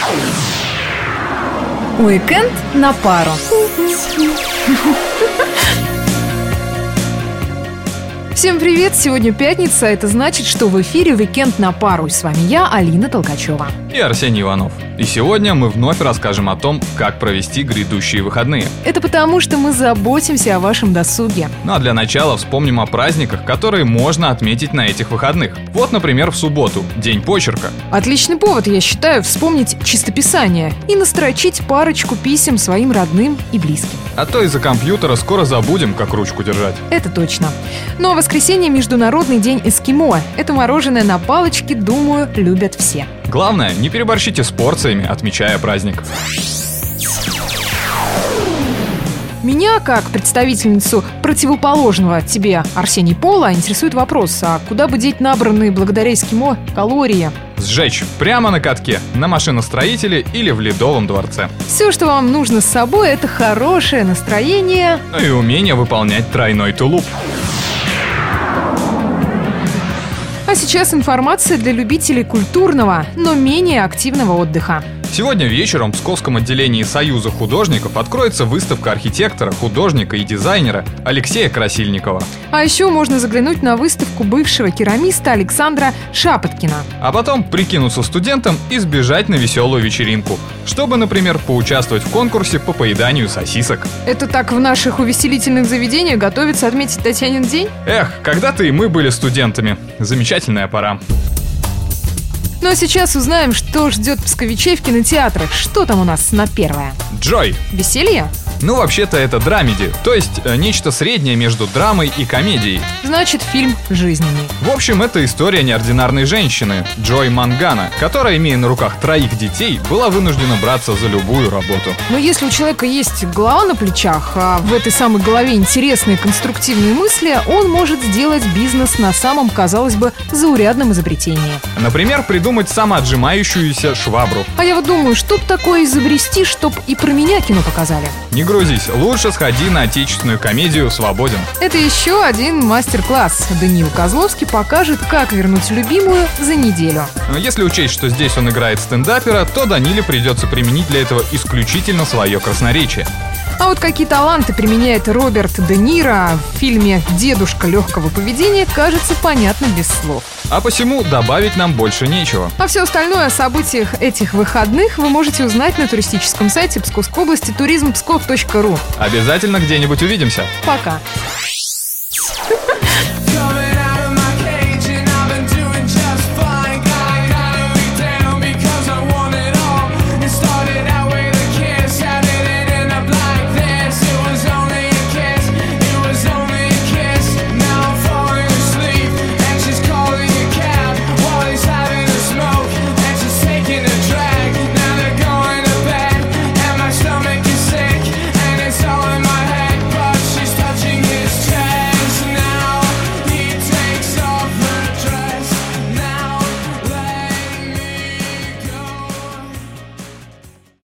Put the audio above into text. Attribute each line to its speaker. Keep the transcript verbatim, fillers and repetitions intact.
Speaker 1: Уикенд на пару. Всем привет! Сегодня пятница, это значит, что в эфире «Уикенд на пару». И с вами я, Алина Толкачева.
Speaker 2: И Арсений Иванов. И сегодня мы вновь расскажем о том, как провести грядущие выходные.
Speaker 1: Это потому, что мы заботимся о вашем досуге.
Speaker 2: Ну а для начала вспомним о праздниках, которые можно отметить на этих выходных. Вот, например, в субботу, День почерка.
Speaker 1: Отличный повод, я считаю, вспомнить чистописание и настрочить парочку писем своим родным и близким.
Speaker 2: А то из-за компьютера скоро забудем, как ручку держать.
Speaker 1: Это точно. Ну а в воскресенье Международный день эскимо. Это мороженое на палочке, думаю, любят все.
Speaker 2: Главное, не переборщите с порциями, отмечая праздник.
Speaker 1: Меня, как представительницу противоположного тебе, Арсений, пола, интересует вопрос, а куда бы деть набранные благодаря эскимо калории?
Speaker 2: Сжечь прямо на катке, на машиностроителе или в Ледовом дворце.
Speaker 1: Все, что вам нужно с собой, это хорошее настроение.
Speaker 2: Ну и умение выполнять тройной тулуп.
Speaker 1: А сейчас информация для любителей культурного, но менее активного отдыха.
Speaker 2: Сегодня вечером в Псковском отделении Союза художников откроется выставка архитектора, художника и дизайнера Алексея Красильникова.
Speaker 1: А еще можно заглянуть на выставку бывшего керамиста Александра Шапоткина.
Speaker 2: А потом прикинуться студентом и сбежать на веселую вечеринку, чтобы, например, поучаствовать в конкурсе по поеданию сосисок.
Speaker 1: Это так в наших увеселительных заведениях готовится отметить Татьянин день?
Speaker 2: Эх, когда-то и мы были студентами. Замечательная пора.
Speaker 1: Ну а сейчас узнаем, что ждет псковичей в кинотеатрах. Что там у нас на первое?
Speaker 2: Джой.
Speaker 1: Веселье?
Speaker 2: Ну, вообще-то это драмеди, то есть э, нечто среднее между драмой и комедией.
Speaker 1: Значит, фильм жизненный.
Speaker 2: В общем, это история неординарной женщины, Джой Мангана, которая, имея на руках троих детей, была вынуждена браться за любую работу.
Speaker 1: Но если у человека есть голова на плечах, а в этой самой голове интересные конструктивные мысли, он может сделать бизнес на самом, казалось бы, заурядном изобретении.
Speaker 2: Например, придумать самоотжимающуюся швабру.
Speaker 1: А я вот думаю, что б такое изобрести, чтоб и про меня кино показали?
Speaker 2: Не грузись, лучше сходи на отечественную комедию «Свободен».
Speaker 1: Это еще один мастер-класс. Даниил Козловский покажет, как вернуть любимую за неделю.
Speaker 2: Если учесть, что здесь он играет стендапера, то Даниле придется применить для этого исключительно свое красноречие.
Speaker 1: А вот какие таланты применяет Роберт Де Ниро в фильме «Дедушка легкого поведения», кажется, понятно без слов.
Speaker 2: А посему добавить нам больше нечего.
Speaker 1: А все остальное о событиях этих выходных вы можете узнать на туристическом сайте Псковской области туризм псков точка ру.
Speaker 2: Обязательно где-нибудь увидимся.
Speaker 1: Пока.